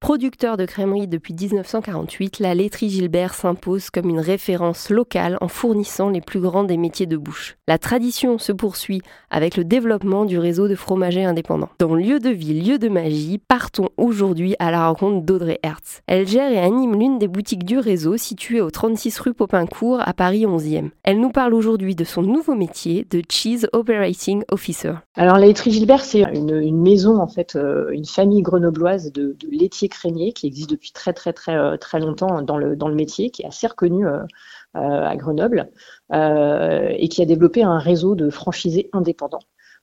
Producteur de crèmerie depuis 1948, la laiterie Gilbert s'impose comme une référence locale en fournissant les plus grands des métiers de bouche. La tradition se poursuit avec le développement du réseau de fromagers indépendants. Dans Lieu de vie, lieu de magie, partons aujourd'hui à la rencontre d'Audrey Hertz. Elle gère et anime l'une des boutiques du réseau située au 36 rue Popincourt à Paris 11e. Elle nous parle aujourd'hui de son nouveau métier de Cheese Operating Officer. Alors la laiterie Gilbert, c'est une maison en fait, une famille grenobloise de laitiers crémiers qui existe depuis très longtemps dans le métier, qui est assez reconnu à Grenoble et qui a développé un réseau de franchisés indépendants.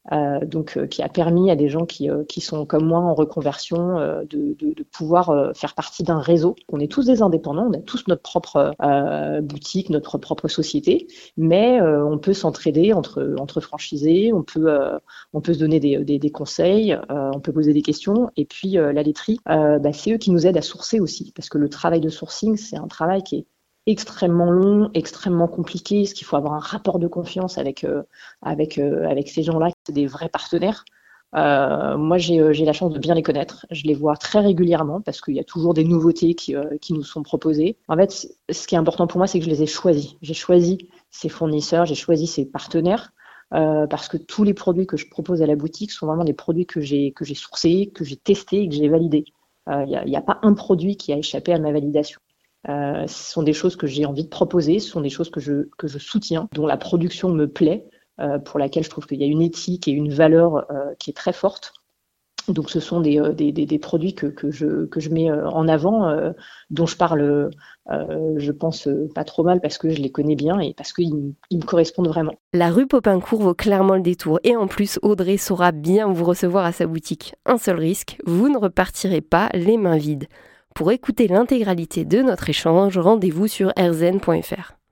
Qui a permis à des gens qui sont comme moi en reconversion de pouvoir faire partie d'un réseau. On est tous des indépendants, on a tous notre propre boutique, notre propre société, mais on peut s'entraider entre franchisés, on peut se donner des conseils, on peut poser des questions, et puis la laiterie, c'est eux qui nous aident à sourcer aussi, parce que le travail de sourcing, c'est un travail qui est extrêmement long, extrêmement compliqué, parce qu'il faut avoir un rapport de confiance avec ces gens-là, c'est des vrais partenaires. Moi, j'ai la chance de bien les connaître. Je les vois très régulièrement parce qu'il y a toujours des nouveautés qui nous sont proposées. En fait, ce qui est important pour moi, c'est que je les ai choisis. J'ai choisi ces fournisseurs, j'ai choisi ces partenaires parce que tous les produits que je propose à la boutique sont vraiment des produits que j'ai sourcés, que j'ai testés et que j'ai validés. Il n'y a pas un produit qui a échappé à ma validation. Ce sont des choses que j'ai envie de proposer, ce sont des choses que je soutiens, dont la production me plaît, pour laquelle je trouve qu'il y a une éthique et une valeur qui est très forte. Donc ce sont des produits que je mets en avant, dont je parle, je pense, pas trop mal parce que je les connais bien et parce qu'ils me correspondent vraiment. La rue Popincourt vaut clairement le détour et en plus Audrey saura bien vous recevoir à sa boutique. Un seul risque, vous ne repartirez pas les mains vides. Pour écouter l'intégralité de notre échange, rendez-vous sur rzn.fr.